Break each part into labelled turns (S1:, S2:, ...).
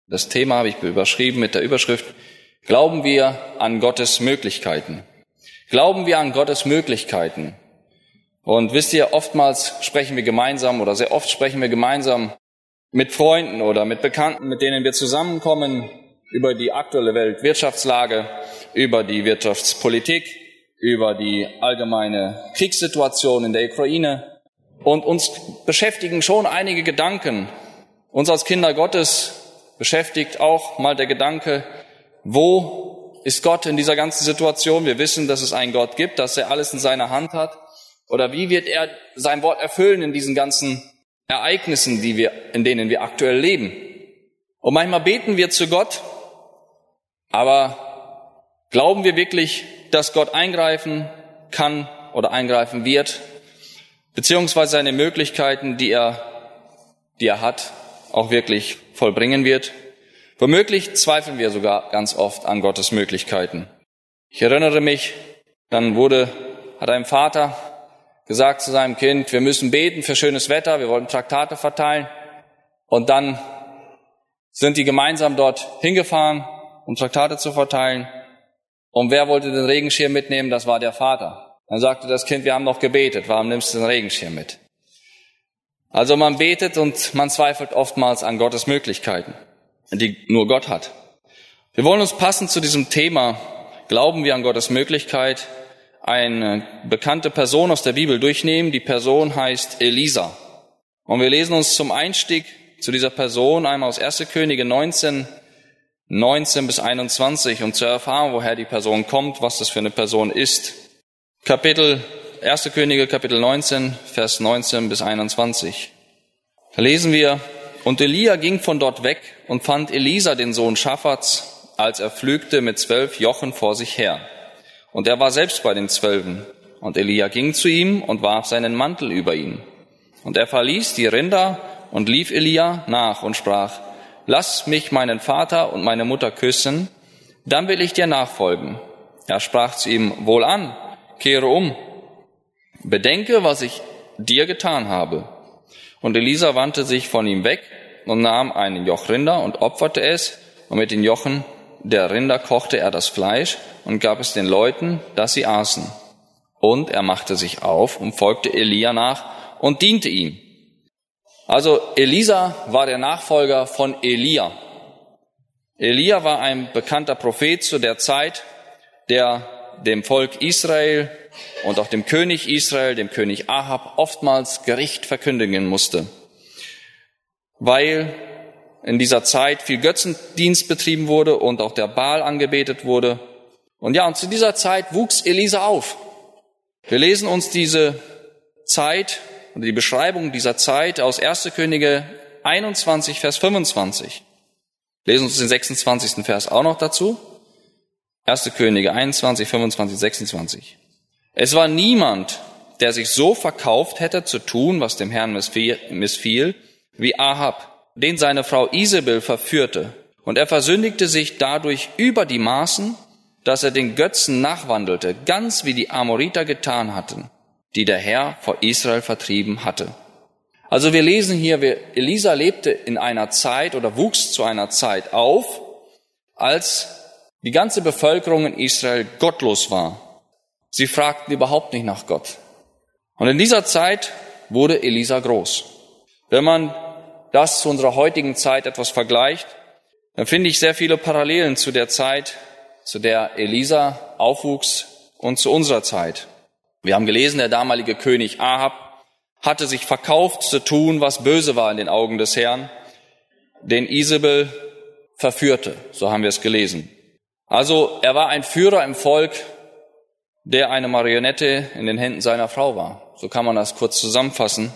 S1: Das Thema habe ich überschrieben mit der Überschrift: Glauben wir an Gottes Möglichkeiten? Glauben wir an Gottes Möglichkeiten? Und wisst ihr, oftmals sprechen wir gemeinsam oder sehr oft sprechen wir gemeinsam mit Freunden oder mit Bekannten, mit denen wir zusammenkommen, über die aktuelle Weltwirtschaftslage, über die Wirtschaftspolitik, über die allgemeine Kriegssituation in der Ukraine. Und uns beschäftigen schon einige Gedanken. Uns als Kinder Gottes beschäftigt auch mal der Gedanke, wo ist Gott in dieser ganzen Situation? Wir wissen, dass es einen Gott gibt, dass er alles in seiner Hand hat. Oder wie wird er sein Wort erfüllen in diesen ganzen Ereignissen, in denen wir aktuell leben? Und manchmal beten wir zu Gott, aber glauben wir wirklich, dass Gott eingreifen kann oder eingreifen wird, beziehungsweise seine Möglichkeiten, die er hat, auch wirklich vollbringen wird? Womöglich zweifeln wir sogar ganz oft an Gottes Möglichkeiten. Ich erinnere mich, hat ein Vater gesagt zu seinem Kind, wir müssen beten für schönes Wetter, wir wollen Traktate verteilen. Und dann sind die gemeinsam dort hingefahren, um Traktate zu verteilen. Und wer wollte den Regenschirm mitnehmen? Das war der Vater. Dann sagte das Kind, wir haben noch gebetet, warum nimmst du den Regenschirm mit? Also man betet und man zweifelt oftmals an Gottes Möglichkeiten, die nur Gott hat. Wir wollen uns passend zu diesem Thema, glauben wir an Gottes Möglichkeit, eine bekannte Person aus der Bibel durchnehmen. Die Person heißt Elisa. Und wir lesen uns zum Einstieg zu dieser Person einmal aus 1. Könige 19 bis 21, um zu erfahren, woher die Person kommt, was das für eine Person ist. 1. Könige, Kapitel 19, Vers 19 bis 21. Da lesen wir: Und Elia ging von dort weg und fand Elisa, den Sohn Schaphats, als er pflügte mit 12 Jochen vor sich her. Und er war selbst bei den 12. Und Elia ging zu ihm und warf seinen Mantel über ihn. Und er verließ die Rinder und lief Elia nach und sprach: Lass mich meinen Vater und meine Mutter küssen, dann will ich dir nachfolgen. Er sprach zu ihm: Wohlan, kehre um. Bedenke, was ich dir getan habe. Und Elisa wandte sich von ihm weg und nahm ein Joch Rinder und opferte es, und mit den Jochen der Rinder kochte er das Fleisch und gab es den Leuten, dass sie aßen. Und er machte sich auf und folgte Elia nach und diente ihm. Also Elisa war der Nachfolger von Elia. Elia war ein bekannter Prophet zu der Zeit, der dem Volk Israel und auch dem König Israel, dem König Ahab, oftmals Gericht verkündigen musste, weil in dieser Zeit viel Götzendienst betrieben wurde und auch der Baal angebetet wurde. Und zu dieser Zeit wuchs Elisa auf. Wir lesen uns diese Zeit oder die Beschreibung dieser Zeit aus 1. Könige 21, Vers 25. Lesen uns den 26. Vers auch noch dazu. 1. Könige 21, 25, 26. Es war niemand, der sich so verkauft hätte zu tun, was dem Herrn missfiel, wie Ahab, den seine Frau Isabel verführte. Und er versündigte sich dadurch über die Maßen, dass er den Götzen nachwandelte, ganz wie die Amoriter getan hatten, die der Herr vor Israel vertrieben hatte. Also wir lesen hier, Elisa lebte in einer Zeit oder wuchs zu einer Zeit auf, als die ganze Bevölkerung in Israel gottlos war. Sie fragten überhaupt nicht nach Gott. Und in dieser Zeit wurde Elisa groß. Wenn man das zu unserer heutigen Zeit etwas vergleicht, dann finde ich sehr viele Parallelen zu der Zeit, zu der Elisa aufwuchs und zu unserer Zeit. Wir haben gelesen, der damalige König Ahab hatte sich verkauft zu tun, was böse war in den Augen des Herrn, den Isabel verführte, so haben wir es gelesen. Also er war ein Führer im Volk, der eine Marionette in den Händen seiner Frau war. So kann man das kurz zusammenfassen.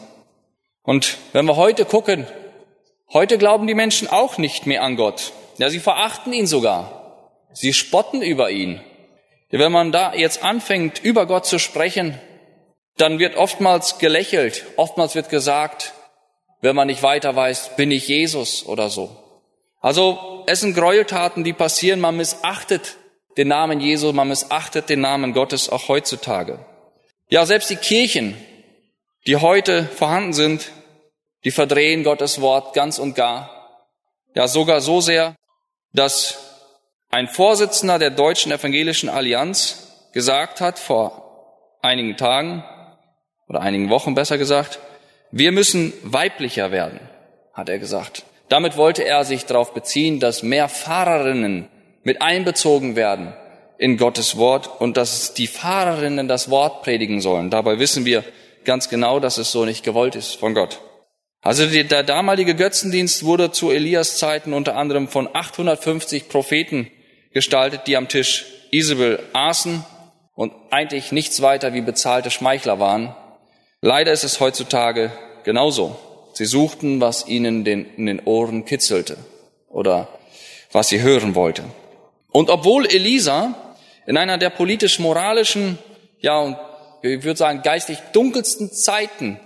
S1: Und wenn wir heute gucken, heute glauben die Menschen auch nicht mehr an Gott. Ja, sie verachten ihn sogar. Sie spotten über ihn. Wenn man da jetzt anfängt, über Gott zu sprechen, dann wird oftmals gelächelt. Oftmals wird gesagt, wenn man nicht weiter weiß, bin ich Jesus oder so. Also es sind Gräueltaten, die passieren. Man missachtet den Namen Jesu, man missachtet den Namen Gottes auch heutzutage. Ja, selbst die Kirchen, die heute vorhanden sind, die verdrehen Gottes Wort ganz und gar. Ja, sogar so sehr, dass ein Vorsitzender der Deutschen Evangelischen Allianz gesagt hat, vor einigen Tagen oder einigen Wochen besser gesagt, wir müssen weiblicher werden, hat er gesagt. Damit wollte er sich darauf beziehen, dass mehr Pfarrerinnen mit einbezogen werden in Gottes Wort und dass die Pfarrerinnen das Wort predigen sollen. Dabei wissen wir ganz genau, dass es so nicht gewollt ist von Gott. Also der damalige Götzendienst wurde zu Elias Zeiten unter anderem von 850 Propheten gestaltet, die am Tisch Isabel aßen und eigentlich nichts weiter wie bezahlte Schmeichler waren. Leider ist es heutzutage genauso. Sie suchten, was ihnen in den Ohren kitzelte oder was sie hören wollte. Und obwohl Elisa in einer der politisch-moralischen, ja und ich würde sagen geistig dunkelsten Zeiten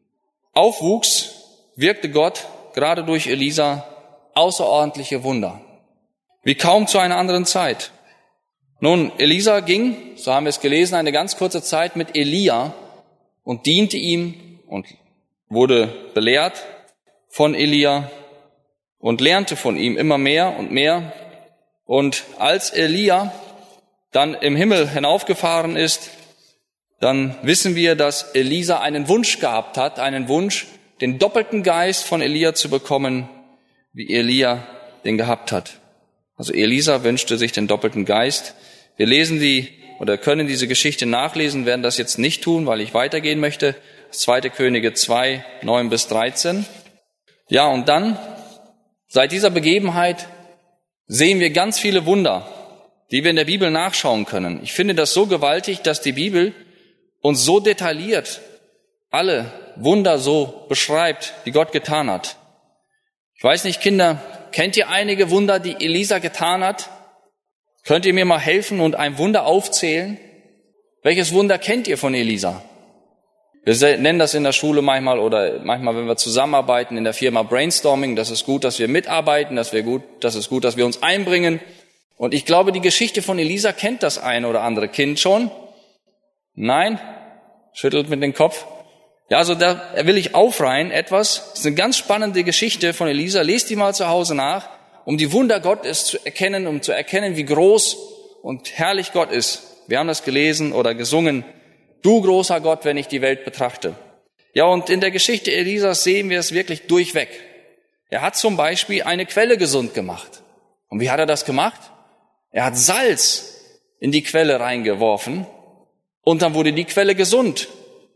S1: aufwuchs, wirkte Gott gerade durch Elisa außerordentliche Wunder, wie kaum zu einer anderen Zeit. Nun, Elisa ging, so haben wir es gelesen, eine ganz kurze Zeit mit Elia und diente ihm und wurde belehrt von Elia und lernte von ihm immer mehr und mehr. Und als Elia dann im Himmel hinaufgefahren ist, dann wissen wir, dass Elisa einen Wunsch gehabt hat, einen Wunsch, den doppelten Geist von Elia zu bekommen, wie Elia den gehabt hat. Also Elisa wünschte sich den doppelten Geist. Wir lesen können diese Geschichte nachlesen, werden das jetzt nicht tun, weil ich weitergehen möchte. 2. Könige 2, 9 bis 13. Ja, und dann, seit dieser Begebenheit, sehen wir ganz viele Wunder, die wir in der Bibel nachschauen können. Ich finde das so gewaltig, dass die Bibel uns so detailliert alle Wunder so beschreibt, die Gott getan hat. Ich weiß nicht, Kinder, kennt ihr einige Wunder, die Elisa getan hat? Könnt ihr mir mal helfen und ein Wunder aufzählen? Welches Wunder kennt ihr von Elisa? Wir nennen das in der Schule manchmal oder manchmal, wenn wir zusammenarbeiten in der Firma Brainstorming. Das ist gut, dass wir mitarbeiten, das ist gut, dass wir uns einbringen. Und ich glaube, die Geschichte von Elisa kennt das ein oder andere Kind schon. Nein? Schüttelt mit dem Kopf. Ja, also da will ich aufreihen etwas. Das ist eine ganz spannende Geschichte von Elisa. Lest die mal zu Hause nach, um die Wunder Gottes zu erkennen, um zu erkennen, wie groß und herrlich Gott ist. Wir haben das gelesen oder gesungen. Du großer Gott, wenn ich die Welt betrachte. Ja, und in der Geschichte Elisas sehen wir es wirklich durchweg. Er hat zum Beispiel eine Quelle gesund gemacht. Und wie hat er das gemacht? Er hat Salz in die Quelle reingeworfen und dann wurde die Quelle gesund.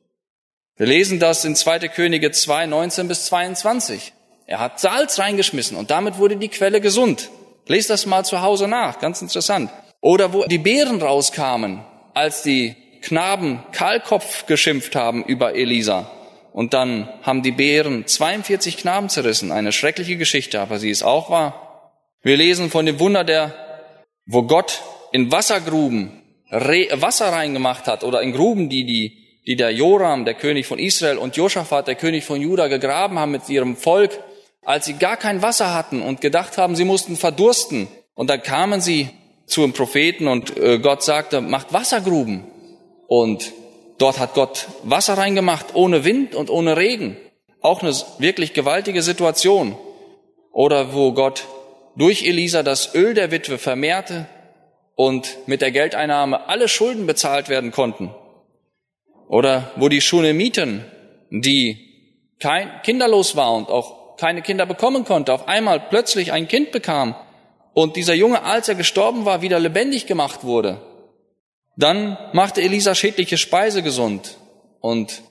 S1: Wir lesen das in 2. Könige 2, 19 bis 22. Er hat Salz reingeschmissen und damit wurde die Quelle gesund. Lest das mal zu Hause nach, ganz interessant. Oder wo die Bären rauskamen, als die Knaben Kahlkopf geschimpft haben über Elisa. Und dann haben die Bären 42 Knaben zerrissen. Eine schreckliche Geschichte, aber sie ist auch wahr. Wir lesen von dem Wunder, wo Gott in Wassergruben Wasser reingemacht hat oder in Gruben, die der Joram, der König von Israel, und Josaphat, der König von Juda, gegraben haben mit ihrem Volk, als sie gar kein Wasser hatten und gedacht haben, sie mussten verdursten. Und dann kamen sie zu einem Propheten und Gott sagte, macht Wassergruben. Und dort hat Gott Wasser reingemacht, ohne Wind und ohne Regen. Auch eine wirklich gewaltige Situation. Oder wo Gott durch Elisa das Öl der Witwe vermehrte und mit der Geldeinnahme alle Schulden bezahlt werden konnten. Oder wo die Schunemiten, die kinderlos war und auch keine Kinder bekommen konnte, auf einmal plötzlich ein Kind bekam und dieser Junge, als er gestorben war, wieder lebendig gemacht wurde. Dann machte Elisa schädliche Speise gesund und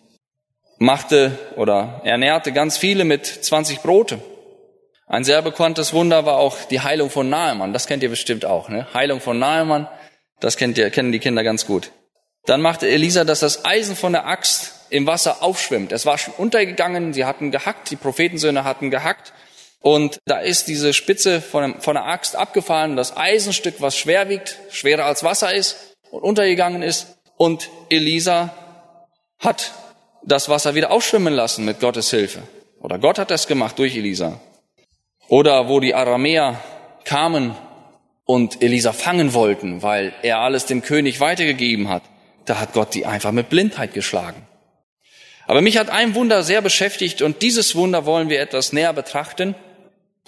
S1: ernährte ganz viele mit 20 Brote. Ein sehr bekanntes Wunder war auch die Heilung von Naaman. Das kennt ihr bestimmt auch, ne? Heilung von Naaman, das kennen die Kinder ganz gut. Dann machte Elisa, dass das Eisen von der Axt im Wasser aufschwimmt. Es war schon untergegangen, sie hatten gehackt, die Prophetensöhne hatten gehackt. Und da ist diese Spitze von der Axt abgefallen, das Eisenstück, was schwer wiegt, schwerer als Wasser ist und untergegangen ist. Und Elisa hat das Wasser wieder aufschwimmen lassen mit Gottes Hilfe. Oder Gott hat das gemacht durch Elisa. Oder wo die Aramäer kamen und Elisa fangen wollten, weil er alles dem König weitergegeben hat. Da hat Gott die einfach mit Blindheit geschlagen. Aber mich hat ein Wunder sehr beschäftigt und dieses Wunder wollen wir etwas näher betrachten.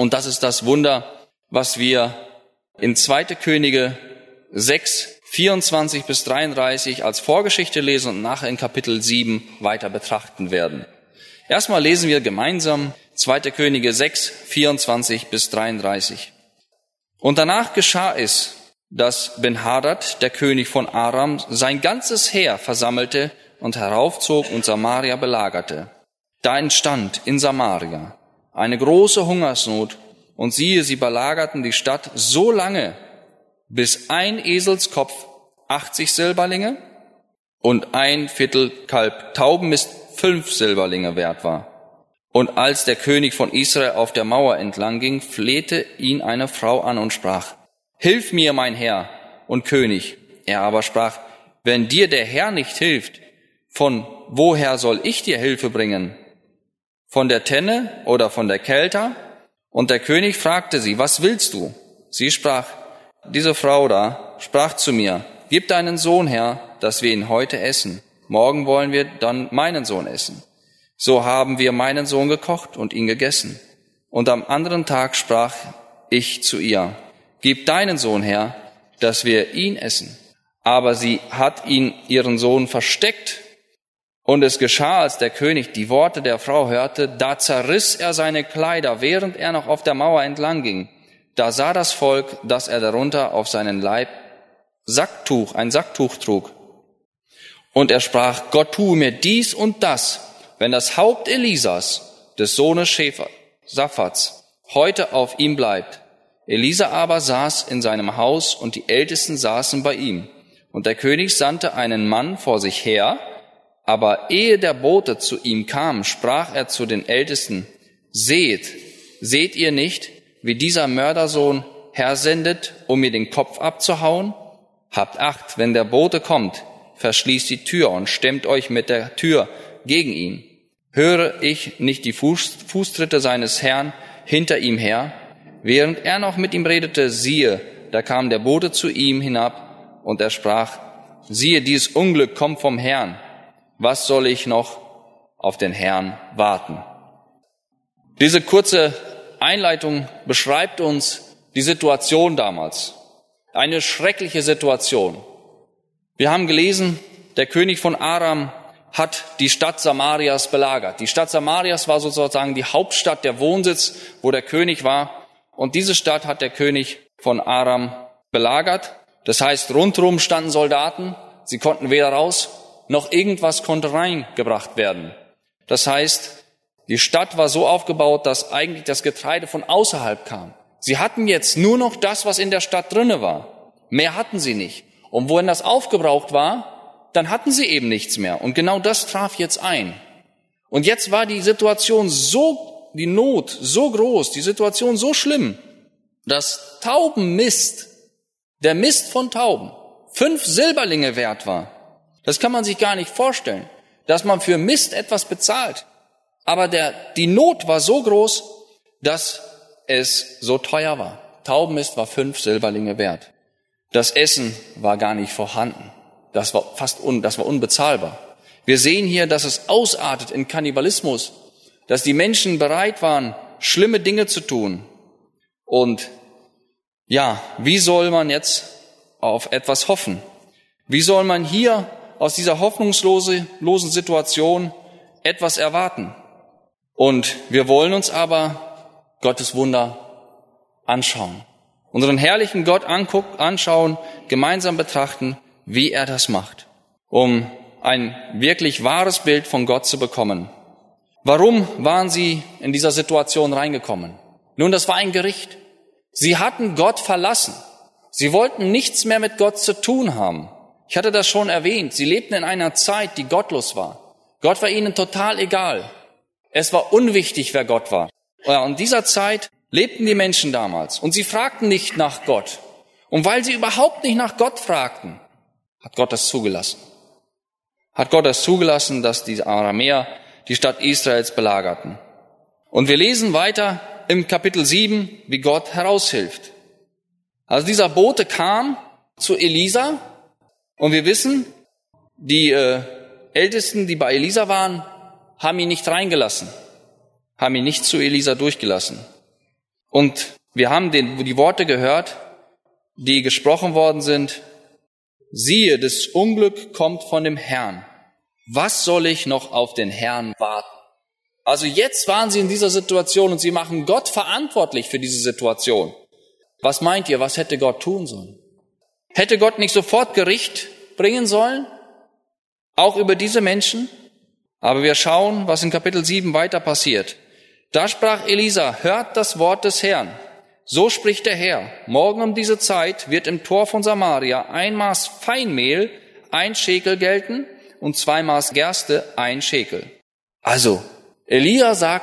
S1: Und das ist das Wunder, was wir in 2. Könige 6, 24 bis 33 als Vorgeschichte lesen und nachher in Kapitel 7 weiter betrachten werden. Erstmal lesen wir gemeinsam 2. Könige 6, 24 bis 33. Und danach geschah es, dass Ben-Hadad, der König von Aram, sein ganzes Heer versammelte und heraufzog und Samaria belagerte. Da entstand in Samaria eine große Hungersnot, und siehe, sie belagerten die Stadt so lange, bis ein Eselskopf 80 Silberlinge und ein Viertel Kalb Taubenmist 5 Silberlinge wert war. Und als der König von Israel auf der Mauer entlang ging, flehte ihn eine Frau an und sprach: Hilf mir, mein Herr und König. Er aber sprach: Wenn dir der Herr nicht hilft, von woher soll ich dir Hilfe bringen? Von der Tenne oder von der Kelter? Und der König fragte sie: Was willst du? Sie sprach: Diese Frau da sprach zu mir: Gib deinen Sohn her, dass wir ihn heute essen. Morgen wollen wir dann meinen Sohn essen. So haben wir meinen Sohn gekocht und ihn gegessen. Und am anderen Tag sprach ich zu ihr: Gib deinen Sohn her, dass wir ihn essen. Aber sie hat ihren Sohn versteckt. Und es geschah, als der König die Worte der Frau hörte, da zerriss er seine Kleider, während er noch auf der Mauer entlang ging. Da sah das Volk, dass er darunter auf seinen Leib ein Sacktuch trug. Und er sprach: Gott tue mir dies und das, wenn das Haupt Elisas, des Sohnes Saphats, heute auf ihm bleibt. Elisa aber saß in seinem Haus, und die Ältesten saßen bei ihm. Und der König sandte einen Mann vor sich her, aber ehe der Bote zu ihm kam, sprach er zu den Ältesten: Seht ihr nicht, wie dieser Mördersohn hersendet, um mir den Kopf abzuhauen? Habt Acht, wenn der Bote kommt, verschließt die Tür und stemmt euch mit der Tür gegen ihn. Höre ich nicht die Fußtritte seines Herrn hinter ihm her? Während er noch mit ihm redete, siehe, da kam der Bote zu ihm hinab, und er sprach: Siehe, dieses Unglück kommt vom Herrn. Was soll ich noch auf den Herrn warten? Diese kurze Einleitung beschreibt uns die Situation damals. Eine schreckliche Situation. Wir haben gelesen, der König von Aram hat die Stadt Samarias belagert. Die Stadt Samarias war sozusagen die Hauptstadt, der Wohnsitz, wo der König war. Und diese Stadt hat der König von Aram belagert. Das heißt, rundherum standen Soldaten. Sie konnten weder raus, noch irgendwas konnte reingebracht werden. Das heißt, die Stadt war so aufgebaut, dass eigentlich das Getreide von außerhalb kam. Sie hatten jetzt nur noch das, was in der Stadt drinne war. Mehr hatten sie nicht. Und wenn das aufgebraucht war, dann hatten sie eben nichts mehr. Und genau das traf jetzt ein. Und jetzt war die Situation die Not so groß, die Situation so schlimm, dass Taubenmist, der Mist von Tauben, 5 Silberlinge wert war. Das kann man sich gar nicht vorstellen, dass man für Mist etwas bezahlt. Aber die Not war so groß, dass es so teuer war. Taubenmist war 5 Silberlinge wert. Das Essen war gar nicht vorhanden. Das war unbezahlbar. Wir sehen hier, dass es ausartet in Kannibalismus, dass die Menschen bereit waren, schlimme Dinge zu tun. Und ja, wie soll man jetzt auf etwas hoffen? Wie soll man hier aus dieser hoffnungslosen Situation etwas erwarten? Und wir wollen uns aber Gottes Wunder anschauen. Unseren herrlichen Gott anschauen, gemeinsam betrachten, wie er das macht, um ein wirklich wahres Bild von Gott zu bekommen. Warum waren sie in dieser Situation reingekommen? Nun, das war ein Gericht. Sie hatten Gott verlassen. Sie wollten nichts mehr mit Gott zu tun haben. Ich hatte das schon erwähnt. Sie lebten in einer Zeit, die gottlos war. Gott war ihnen total egal. Es war unwichtig, wer Gott war. Ja, in dieser Zeit lebten die Menschen damals und sie fragten nicht nach Gott. Und weil sie überhaupt nicht nach Gott fragten, hat Gott das zugelassen. Hat Gott das zugelassen, dass die Aramäer die Stadt Israels belagerten. Und wir lesen weiter im Kapitel 7, wie Gott heraushilft. Also dieser Bote kam zu Elisa und wir wissen, die Ältesten, die bei Elisa waren, haben ihn nicht reingelassen, haben ihn nicht zu Elisa durchgelassen. Und wir haben die Worte gehört, die gesprochen worden sind. Siehe, das Unglück kommt von dem Herrn. Was soll ich noch auf den Herrn warten? Also jetzt waren sie in dieser Situation und sie machen Gott verantwortlich für diese Situation. Was meint ihr, was hätte Gott tun sollen? Hätte Gott nicht sofort Gericht bringen sollen? Auch über diese Menschen? Aber wir schauen, was in Kapitel 7 weiter passiert. Da sprach Elisa, hört das Wort des Herrn. So spricht der Herr, morgen um diese Zeit wird im Tor von Samaria 1 Maß Feinmehl 1 Schekel gelten und 2 Maß Gerste 1 Schekel. Also, Elisa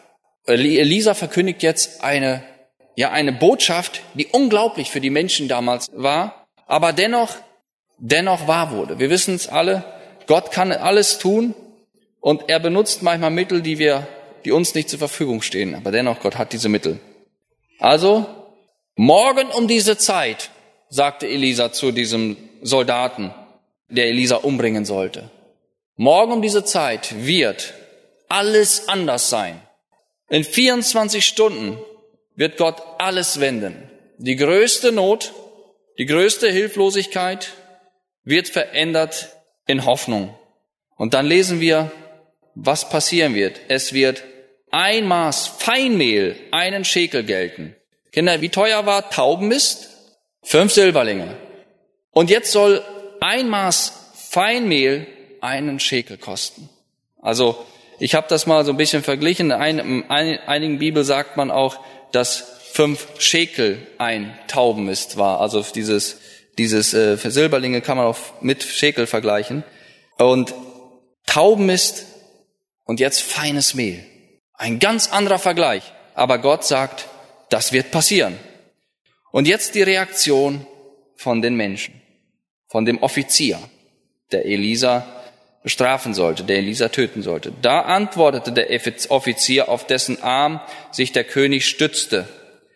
S1: verkündigt jetzt eine Botschaft, die unglaublich für die Menschen damals war, aber dennoch wahr wurde. Wir wissen es alle, Gott kann alles tun und er benutzt manchmal Mittel, die uns nicht zur Verfügung stehen, aber dennoch, Gott hat diese Mittel. Also, morgen um diese Zeit, sagte Elisa zu diesem Soldaten, der Elisa umbringen sollte. Morgen um diese Zeit wird alles anders sein. In 24 Stunden wird Gott alles wenden. Die größte Not, die größte Hilflosigkeit wird verändert in Hoffnung. Und dann lesen wir, was passieren wird. Es wird 1 Maß Feinmehl 1 Schekel gelten. Kinder, wie teuer war Taubenmist? 5 Silberlinge. Und jetzt soll 1 Maß Feinmehl 1 Schekel kosten. Also, ich habe das mal so ein bisschen verglichen. In einigen Bibeln sagt man auch, dass 5 Schekel ein Taubenmist war. Also dieses für Silberlinge kann man auch mit Schekel vergleichen. Und Taubenmist und jetzt feines Mehl. Ein ganz anderer Vergleich. Aber Gott sagt, das wird passieren. Und jetzt die Reaktion von den Menschen, von dem Offizier, der Elisa bestrafen sollte, der Elisa töten sollte. Da antwortete der Offizier, auf dessen Arm sich der König stützte,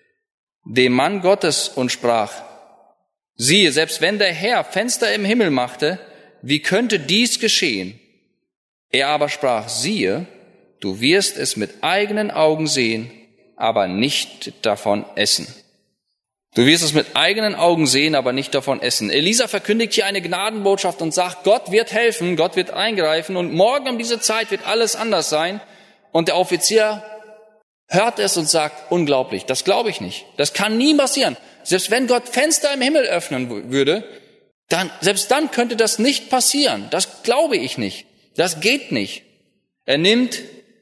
S1: dem Mann Gottes und sprach, siehe, selbst wenn der Herr Fenster im Himmel machte, wie könnte dies geschehen? Er aber sprach, siehe, du wirst es mit eigenen Augen sehen, aber nicht davon essen. Du wirst es mit eigenen Augen sehen, aber nicht davon essen. Elisa verkündigt hier eine Gnadenbotschaft und sagt, Gott wird helfen, Gott wird eingreifen und morgen um diese Zeit wird alles anders sein. Und der Offizier hört es und sagt, unglaublich, das glaube ich nicht. Das kann nie passieren. Selbst wenn Gott Fenster im Himmel öffnen würde, selbst dann könnte das nicht passieren. Das glaube ich nicht. Das geht nicht. Er nimmt,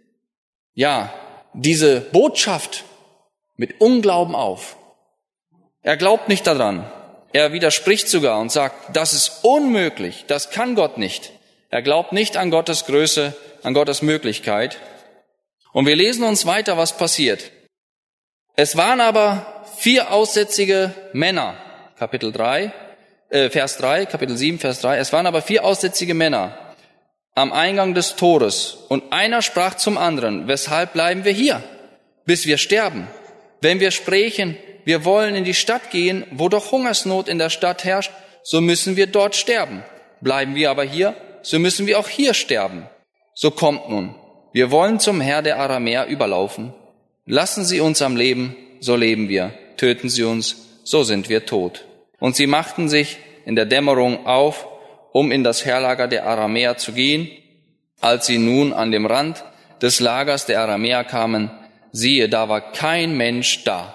S1: diese Botschaft mit Unglauben auf. Er glaubt nicht daran. Er widerspricht sogar und sagt, das ist unmöglich, das kann Gott nicht. Er glaubt nicht an Gottes Größe, an Gottes Möglichkeit. Und wir lesen uns weiter, was passiert. Es waren aber 4 aussätzige Männer, Kapitel 7, Vers 3. Es waren aber 4 aussätzige Männer am Eingang des Tores. Und einer sprach zum anderen, weshalb bleiben wir hier, bis wir sterben? Wenn wir sprechen, wir wollen in die Stadt gehen, wo doch Hungersnot in der Stadt herrscht, so müssen wir dort sterben. Bleiben wir aber hier, so müssen wir auch hier sterben. So kommt nun, wir wollen zum Herr der Aramäer überlaufen. Lassen Sie uns am Leben, so leben wir. Töten Sie uns, so sind wir tot. Und sie machten sich in der Dämmerung auf, um in das Heerlager der Aramäer zu gehen. Als sie nun an dem Rand des Lagers der Aramäer kamen, siehe, da war kein Mensch da.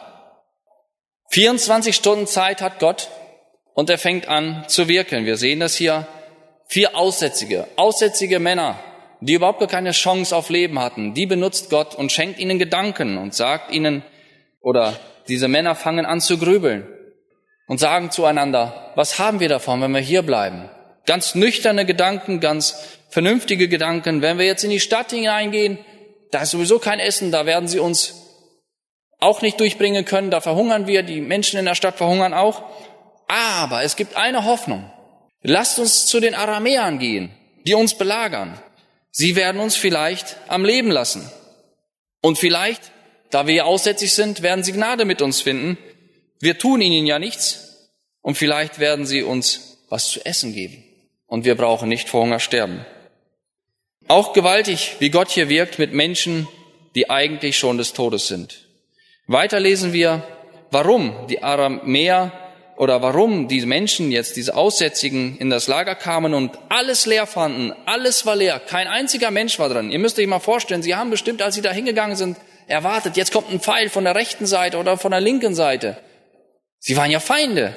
S1: 24 Stunden Zeit hat Gott und er fängt an zu wirken. Wir sehen das hier. 4 aussätzige Männer, die überhaupt gar keine Chance auf Leben hatten. Die benutzt Gott und schenkt ihnen Gedanken und sagt ihnen, oder diese Männer fangen an zu grübeln und sagen zueinander, was haben wir davon, wenn wir hier bleiben? Ganz nüchterne Gedanken, ganz vernünftige Gedanken. Wenn wir jetzt in die Stadt hineingehen, da ist sowieso kein Essen, da werden sie uns auch nicht durchbringen können, da verhungern wir, die Menschen in der Stadt verhungern auch. Aber es gibt eine Hoffnung. Lasst uns zu den Aramäern gehen, die uns belagern. Sie werden uns vielleicht am Leben lassen. Und vielleicht, da wir aussätzig sind, werden sie Gnade mit uns finden. Wir tun ihnen ja nichts. Und vielleicht werden sie uns was zu essen geben. Und wir brauchen nicht vor Hunger sterben. Auch gewaltig, wie Gott hier wirkt mit Menschen, die eigentlich schon des Todes sind. Weiter lesen wir, warum die Aramäer oder warum die Menschen jetzt, diese Aussätzigen, in das Lager kamen und alles leer fanden. Alles war leer. Kein einziger Mensch war drin. Ihr müsst euch mal vorstellen, sie haben bestimmt, als sie da hingegangen sind, erwartet, jetzt kommt ein Pfeil von der rechten Seite oder von der linken Seite. Sie waren ja Feinde.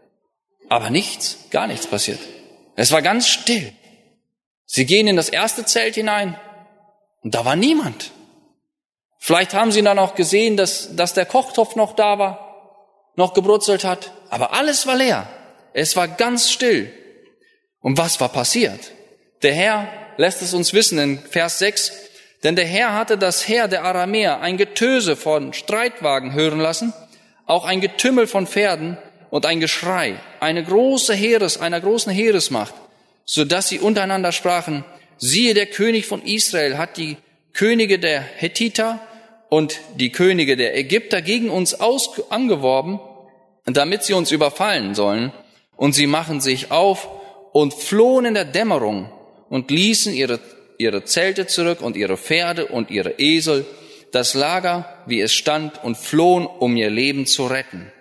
S1: Aber nichts, gar nichts passiert. Es war ganz still. Sie gehen in das erste Zelt hinein und da war niemand. Vielleicht haben sie dann auch gesehen, dass der Kochtopf noch da war, noch gebrutzelt hat. Aber alles war leer. Es war ganz still. Und was war passiert? Der Herr lässt es uns wissen in Vers 6. Denn der Herr hatte das Heer der Aramäer ein Getöse von Streitwagen hören lassen, auch ein Getümmel von Pferden und ein Geschrei, einer großen Heeresmacht, so dass sie untereinander sprachen, siehe, der König von Israel hat die Könige der Hethiter und die Könige der Ägypter gegen uns angeworben, damit sie uns überfallen sollen. Und sie machen sich auf und flohen in der Dämmerung und ließen ihre Zelte zurück und ihre Pferde und ihre Esel, das Lager, wie es stand, und flohen, um ihr Leben zu retten.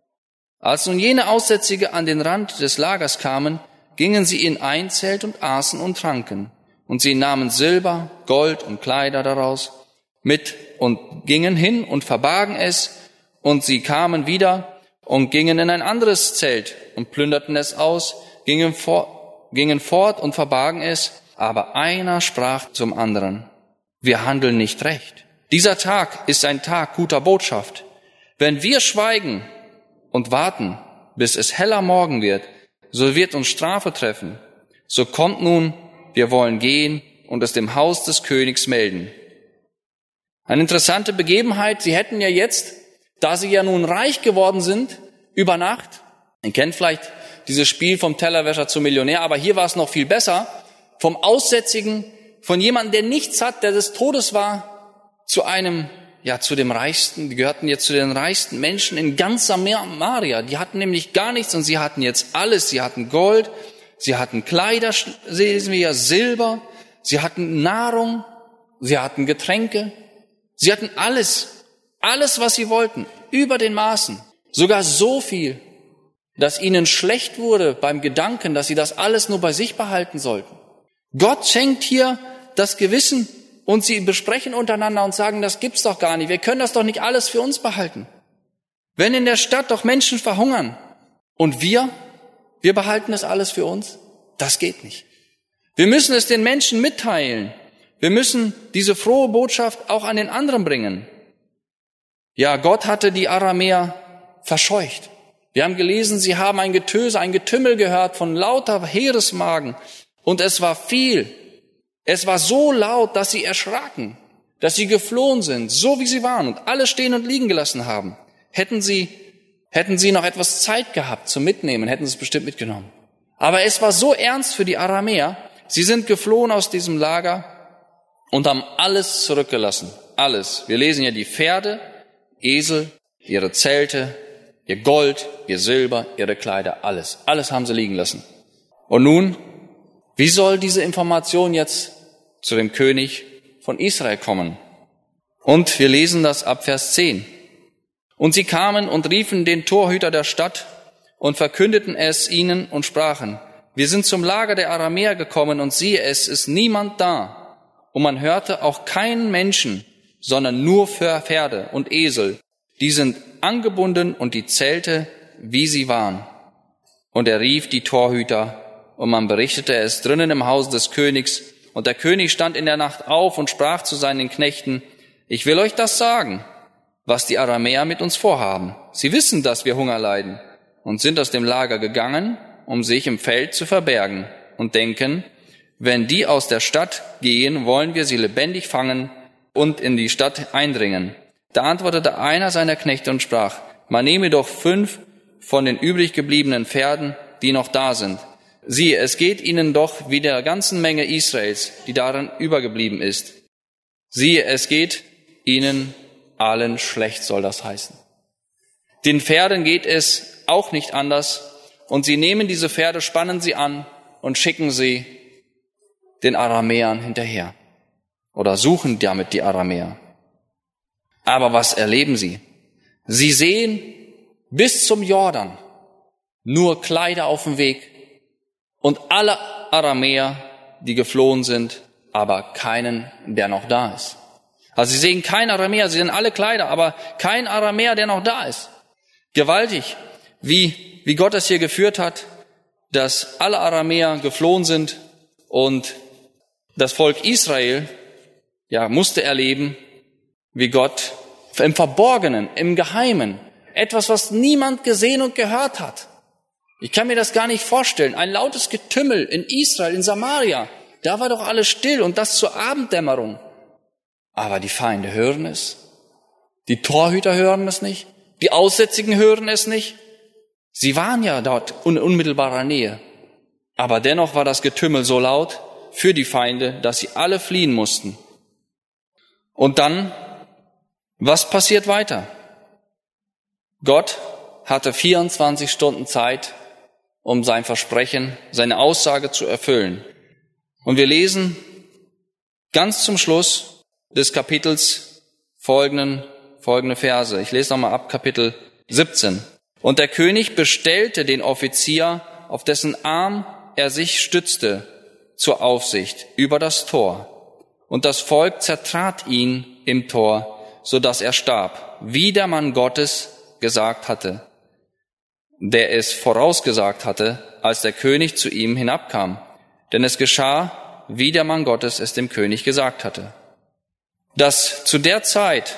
S1: Als nun jene Aussätzige an den Rand des Lagers kamen, gingen sie in ein Zelt und aßen und tranken. Und sie nahmen Silber, Gold und Kleider daraus mit und gingen hin und verbargen es. Und sie kamen wieder und gingen in ein anderes Zelt und plünderten es aus, gingen fort und verbargen es. Aber einer sprach zum anderen, wir handeln nicht recht. Dieser Tag ist ein Tag guter Botschaft. Wenn wir schweigen und warten, bis es heller Morgen wird, so wird uns Strafe treffen. So kommt nun, wir wollen gehen und es dem Haus des Königs melden. Eine interessante Begebenheit. Sie hätten ja jetzt, da sie ja nun reich geworden sind, über Nacht, ihr kennt vielleicht dieses Spiel vom Tellerwäscher zum Millionär, aber hier war es noch viel besser, vom Aussätzigen, von jemandem, der nichts hat, der des Todes war, zu dem Reichsten. Die gehörten jetzt zu den reichsten Menschen in ganz Samaria. Die hatten nämlich gar nichts und sie hatten jetzt alles. Sie hatten Gold, sie hatten Kleider, sehen wir ja, Silber, sie hatten Nahrung, sie hatten Getränke, sie hatten alles, was sie wollten, über den Maßen. Sogar so viel, dass ihnen schlecht wurde beim Gedanken, dass sie das alles nur bei sich behalten sollten. Gott schenkt hier das Gewissen und sie besprechen untereinander und sagen, das gibt's doch gar nicht. Wir können das doch nicht alles für uns behalten. Wenn in der Stadt doch Menschen verhungern und wir behalten das alles für uns, das geht nicht. Wir müssen es den Menschen mitteilen. Wir müssen diese frohe Botschaft auch an den anderen bringen. Ja, Gott hatte die Aramäer verscheucht. Wir haben gelesen, sie haben ein Getöse, ein Getümmel gehört von lauter Heeresmagen. Und es war viel. Es war so laut, dass sie erschraken, dass sie geflohen sind, so wie sie waren und alles stehen und liegen gelassen haben. Hätten sie noch etwas Zeit gehabt zum Mitnehmen, hätten sie es bestimmt mitgenommen. Aber es war so ernst für die Aramäer. Sie sind geflohen aus diesem Lager und haben alles zurückgelassen. Alles. Wir lesen ja die Pferde, Esel, ihre Zelte, ihr Gold, ihr Silber, ihre Kleider, alles. Alles haben sie liegen lassen. Und nun, wie soll diese Information jetzt zu dem König von Israel kommen? Und wir lesen das ab Vers 10. Und sie kamen und riefen den Torhüter der Stadt und verkündeten es ihnen und sprachen, wir sind zum Lager der Aramäer gekommen und siehe, es ist niemand da. Und man hörte auch keinen Menschen, sondern nur für Pferde und Esel. Die sind angebunden und die Zelte, wie sie waren. Und er rief die Torhüter und man berichtete es drinnen im Haus des Königs. Und der König stand in der Nacht auf und sprach zu seinen Knechten, ich will euch das sagen, was die Aramäer mit uns vorhaben. Sie wissen, dass wir Hunger leiden und sind aus dem Lager gegangen, um sich im Feld zu verbergen und denken, wenn die aus der Stadt gehen, wollen wir sie lebendig fangen und in die Stadt eindringen. Da antwortete einer seiner Knechte und sprach, man nehme doch 5 von den übrig gebliebenen Pferden, die noch da sind. Siehe, es geht ihnen doch wie der ganzen Menge Israels, die darin übergeblieben ist. Siehe, es geht ihnen allen schlecht, soll das heißen. Den Pferden geht es auch nicht anders, und sie nehmen diese Pferde, spannen sie an und schicken sie den Aramäern hinterher oder suchen damit die Aramäer. Aber was erleben sie? Sie sehen bis zum Jordan nur Kleider auf dem Weg und alle Aramäer, die geflohen sind, aber keinen, der noch da ist. Also sie sehen keinen Aramäer, sie sehen alle Kleider, aber kein Aramäer, der noch da ist. Gewaltig, wie Gott es hier geführt hat, dass alle Aramäer geflohen sind und das Volk Israel, musste erleben, wie Gott im Verborgenen, im Geheimen, etwas, was niemand gesehen und gehört hat. Ich kann mir das gar nicht vorstellen. Ein lautes Getümmel in Israel, in Samaria, da war doch alles still und das zur Abenddämmerung. Aber die Feinde hören es. Die Torhüter hören es nicht. Die Aussätzigen hören es nicht. Sie waren ja dort in unmittelbarer Nähe. Aber dennoch war das Getümmel so laut für die Feinde, dass sie alle fliehen mussten. Und dann, was passiert weiter? Gott hatte 24 Stunden Zeit, um sein Versprechen, seine Aussage zu erfüllen. Und wir lesen ganz zum Schluss des Kapitels folgende Verse. Ich lese nochmal ab Kapitel 17. Und der König bestellte den Offizier, auf dessen Arm er sich stützte, zur Aufsicht über das Tor. Und das Volk zertrat ihn im Tor, so dass er starb, wie der Mann Gottes gesagt hatte, der es vorausgesagt hatte, als der König zu ihm hinabkam. Denn es geschah, wie der Mann Gottes es dem König gesagt hatte. Dass zu der Zeit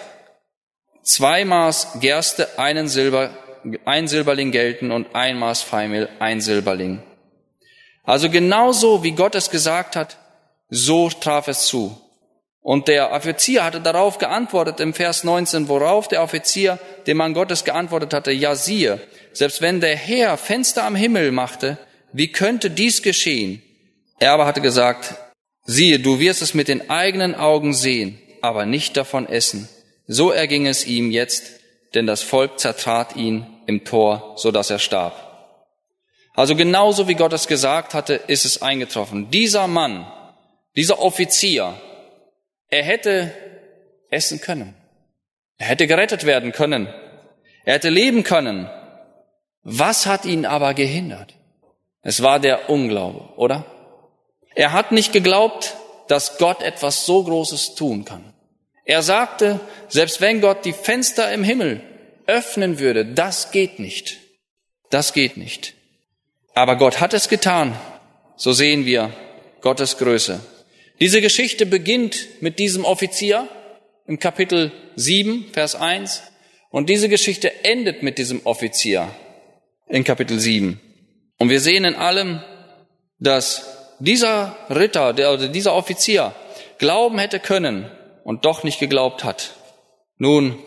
S1: 2 Maß Gerste ein Silberling gelten und 1 Maß Feinmehl 1 Silberling. Also genauso, wie Gott es gesagt hat, so traf es zu. Und der Offizier hatte darauf geantwortet im Vers 19, worauf der Offizier dem Mann Gottes geantwortet hatte, ja siehe, selbst wenn der Herr Fenster am Himmel machte, wie könnte dies geschehen? Er aber hatte gesagt, siehe, du wirst es mit den eigenen Augen sehen, aber nicht davon essen. So erging es ihm jetzt, denn das Volk zertrat ihn im Tor, so dass er starb. Also genauso wie Gott es gesagt hatte, ist es eingetroffen. Dieser Mann, dieser Offizier, er hätte essen können. Er hätte gerettet werden können. Er hätte leben können. Was hat ihn aber gehindert? Es war der Unglaube, oder? Er hat nicht geglaubt, dass Gott etwas so Großes tun kann. Er sagte, selbst wenn Gott die Fenster im Himmel öffnen würde, das geht nicht. Das geht nicht. Aber Gott hat es getan. So sehen wir Gottes Größe. Diese Geschichte beginnt mit diesem Offizier im Kapitel 7, Vers 1. Und diese Geschichte endet mit diesem Offizier in Kapitel 7. Und wir sehen in allem, dass dieser Ritter, dieser Offizier glauben hätte können und doch nicht geglaubt hat. Nun,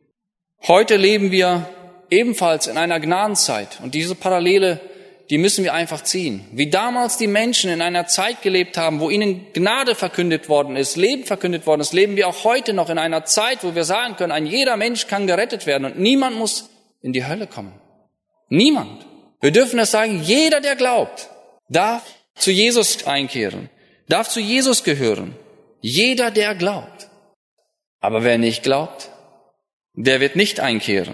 S1: heute leben wir ebenfalls in einer Gnadenzeit und diese Parallele, die müssen wir einfach ziehen. Wie damals die Menschen in einer Zeit gelebt haben, wo ihnen Gnade verkündet worden ist, Leben verkündet worden ist, leben wir auch heute noch in einer Zeit, wo wir sagen können, ein jeder Mensch kann gerettet werden und niemand muss in die Hölle kommen. Niemand. Wir dürfen das sagen, jeder, der glaubt, darf zu Jesus einkehren, darf zu Jesus gehören. Jeder, der glaubt. Aber wer nicht glaubt, der wird nicht einkehren.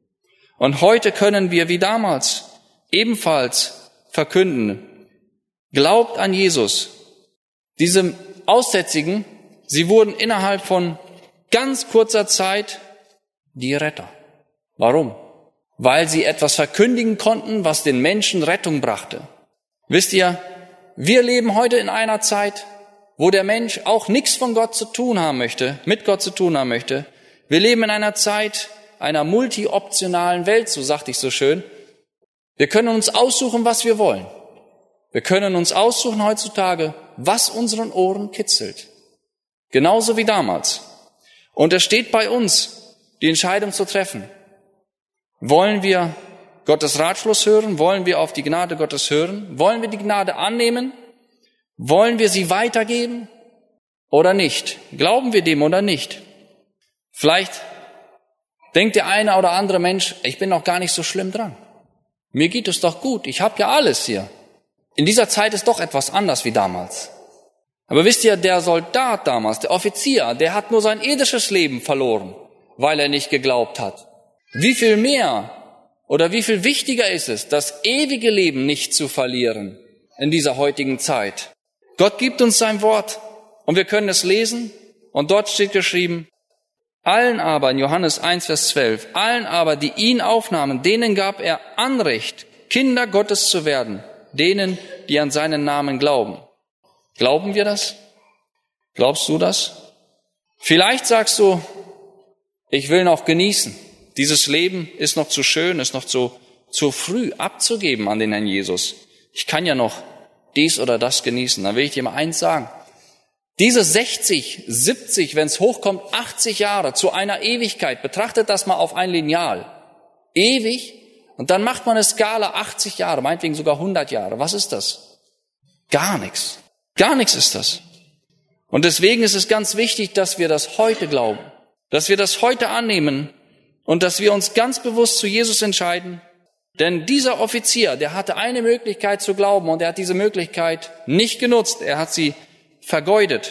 S1: Und heute können wir wie damals ebenfalls verkünden, glaubt an Jesus. Diese Aussätzigen, sie wurden innerhalb von ganz kurzer Zeit die Retter. Warum? Weil sie etwas verkündigen konnten, was den Menschen Rettung brachte. Wisst ihr, wir leben heute in einer Zeit, wo der Mensch auch nichts von Gott zu tun haben möchte, mit Gott zu tun haben möchte. Wir leben in einer Zeit einer multi-optionalen Welt, so sagte ich so schön. Wir können uns aussuchen, was wir wollen. Wir können uns aussuchen heutzutage, was unseren Ohren kitzelt. Genauso wie damals. Und es steht bei uns, die Entscheidung zu treffen. Wollen wir Gottes Ratschluss hören? Wollen wir auf die Gnade Gottes hören? Wollen wir die Gnade annehmen? Wollen wir sie weitergeben oder nicht? Glauben wir dem oder nicht? Vielleicht denkt der eine oder andere Mensch, ich bin noch gar nicht so schlimm dran. Mir geht es doch gut, ich habe ja alles hier. In dieser Zeit ist doch etwas anders wie damals. Aber wisst ihr, der Soldat damals, der Offizier, der hat nur sein irdisches Leben verloren, weil er nicht geglaubt hat. Wie viel mehr oder wie viel wichtiger ist es, das ewige Leben nicht zu verlieren in dieser heutigen Zeit? Gott gibt uns sein Wort und wir können es lesen und dort steht geschrieben, allen aber, in Johannes 1, Vers 12, allen aber, die ihn aufnahmen, denen gab er Anrecht, Kinder Gottes zu werden, denen, die an seinen Namen glauben. Glauben wir das? Glaubst du das? Vielleicht sagst du, ich will noch genießen. Dieses Leben ist noch zu schön, ist noch zu früh abzugeben an den Herrn Jesus. Ich kann ja noch dies oder das genießen. Dann will ich dir mal eins sagen. Diese 60, 70, wenn es hochkommt, 80 Jahre zu einer Ewigkeit, betrachtet das mal auf ein Lineal. Ewig. Und dann macht man eine Skala 80 Jahre, meinetwegen sogar 100 Jahre. Was ist das? Gar nichts. Gar nichts ist das. Und deswegen ist es ganz wichtig, dass wir das heute glauben, dass wir das heute annehmen und dass wir uns ganz bewusst zu Jesus entscheiden. Denn dieser Offizier, der hatte eine Möglichkeit zu glauben und er hat diese Möglichkeit nicht genutzt. Er hat sie vergeudet.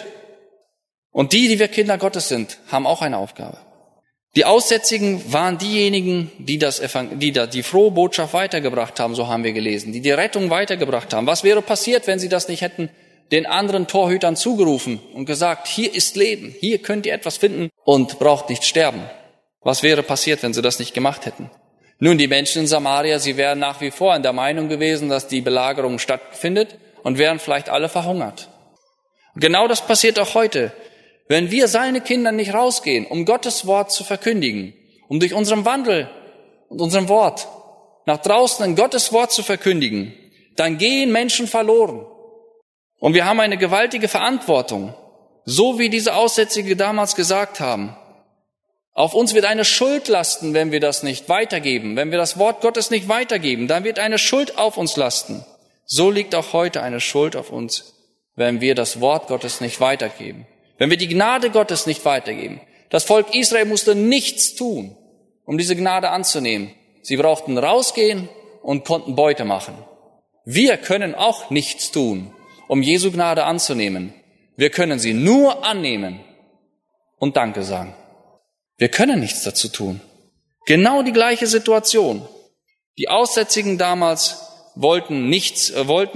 S1: Und die wir Kinder Gottes sind, haben auch eine Aufgabe. Die Aussätzigen waren diejenigen, die die frohe Botschaft weitergebracht haben, so haben wir gelesen, die Rettung weitergebracht haben. Was wäre passiert, wenn sie das nicht hätten den anderen Torhütern zugerufen und gesagt, hier ist Leben, hier könnt ihr etwas finden und braucht nicht sterben? Was wäre passiert, wenn sie das nicht gemacht hätten? Nun, die Menschen in Samaria, sie wären nach wie vor in der Meinung gewesen, dass die Belagerung stattfindet und wären vielleicht alle verhungert. Und genau das passiert auch heute. Wenn wir seine Kinder nicht rausgehen, um Gottes Wort zu verkündigen, um durch unseren Wandel und unserem Wort nach draußen in Gottes Wort zu verkündigen, dann gehen Menschen verloren. Und wir haben eine gewaltige Verantwortung, so wie diese Aussätzige damals gesagt haben. Auf uns wird eine Schuld lasten, wenn wir das nicht weitergeben. Wenn wir das Wort Gottes nicht weitergeben, dann wird eine Schuld auf uns lasten. So liegt auch heute eine Schuld auf uns, wenn wir das Wort Gottes nicht weitergeben. Wenn wir die Gnade Gottes nicht weitergeben. Das Volk Israel musste nichts tun, um diese Gnade anzunehmen. Sie brauchten rausgehen und konnten Beute machen. Wir können auch nichts tun, um Jesu Gnade anzunehmen. Wir können sie nur annehmen und Danke sagen. Wir können nichts dazu tun. Genau die gleiche Situation. Die Aussätzigen damals wollten nicht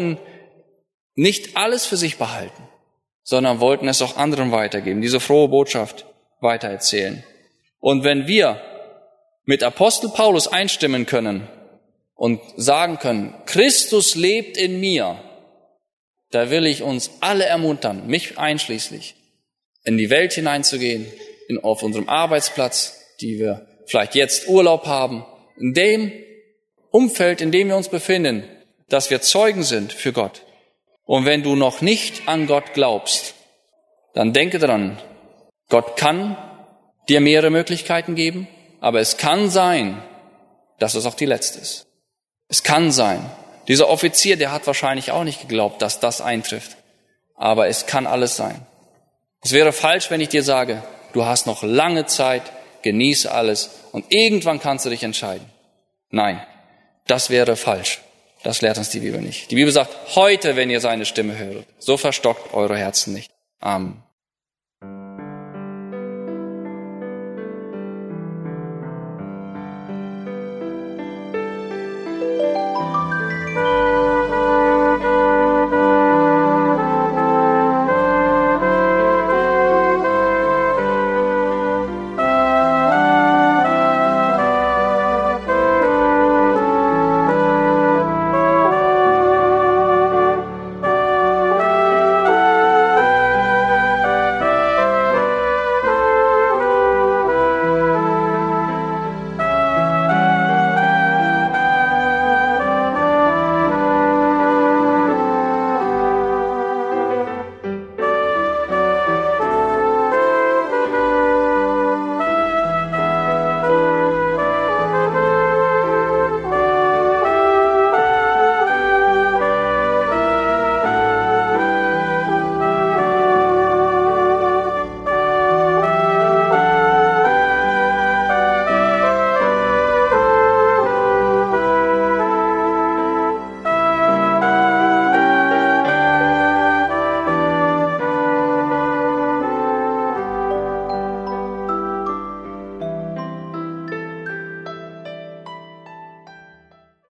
S1: alles für sich behalten, sondern wollten es auch anderen weitergeben, diese frohe Botschaft weitererzählen. Und wenn wir mit Apostel Paulus einstimmen können und sagen können, Christus lebt in mir, da will ich uns alle ermuntern, mich einschließlich, in die Welt hineinzugehen, auf unserem Arbeitsplatz, die wir vielleicht jetzt Urlaub haben, in dem Umfeld, in dem wir uns befinden, dass wir Zeugen sind für Gott. Und wenn du noch nicht an Gott glaubst, dann denke daran, Gott kann dir mehrere Möglichkeiten geben, aber es kann sein, dass es auch die letzte ist. Es kann sein. Dieser Offizier, der hat wahrscheinlich auch nicht geglaubt, dass das eintrifft. Aber es kann alles sein. Es wäre falsch, wenn ich dir sage, du hast noch lange Zeit, genieße alles und irgendwann kannst du dich entscheiden. Nein, das wäre falsch. Das lehrt uns die Bibel nicht. Die Bibel sagt, heute, wenn ihr seine Stimme hört, so verstockt eure Herzen nicht. Amen.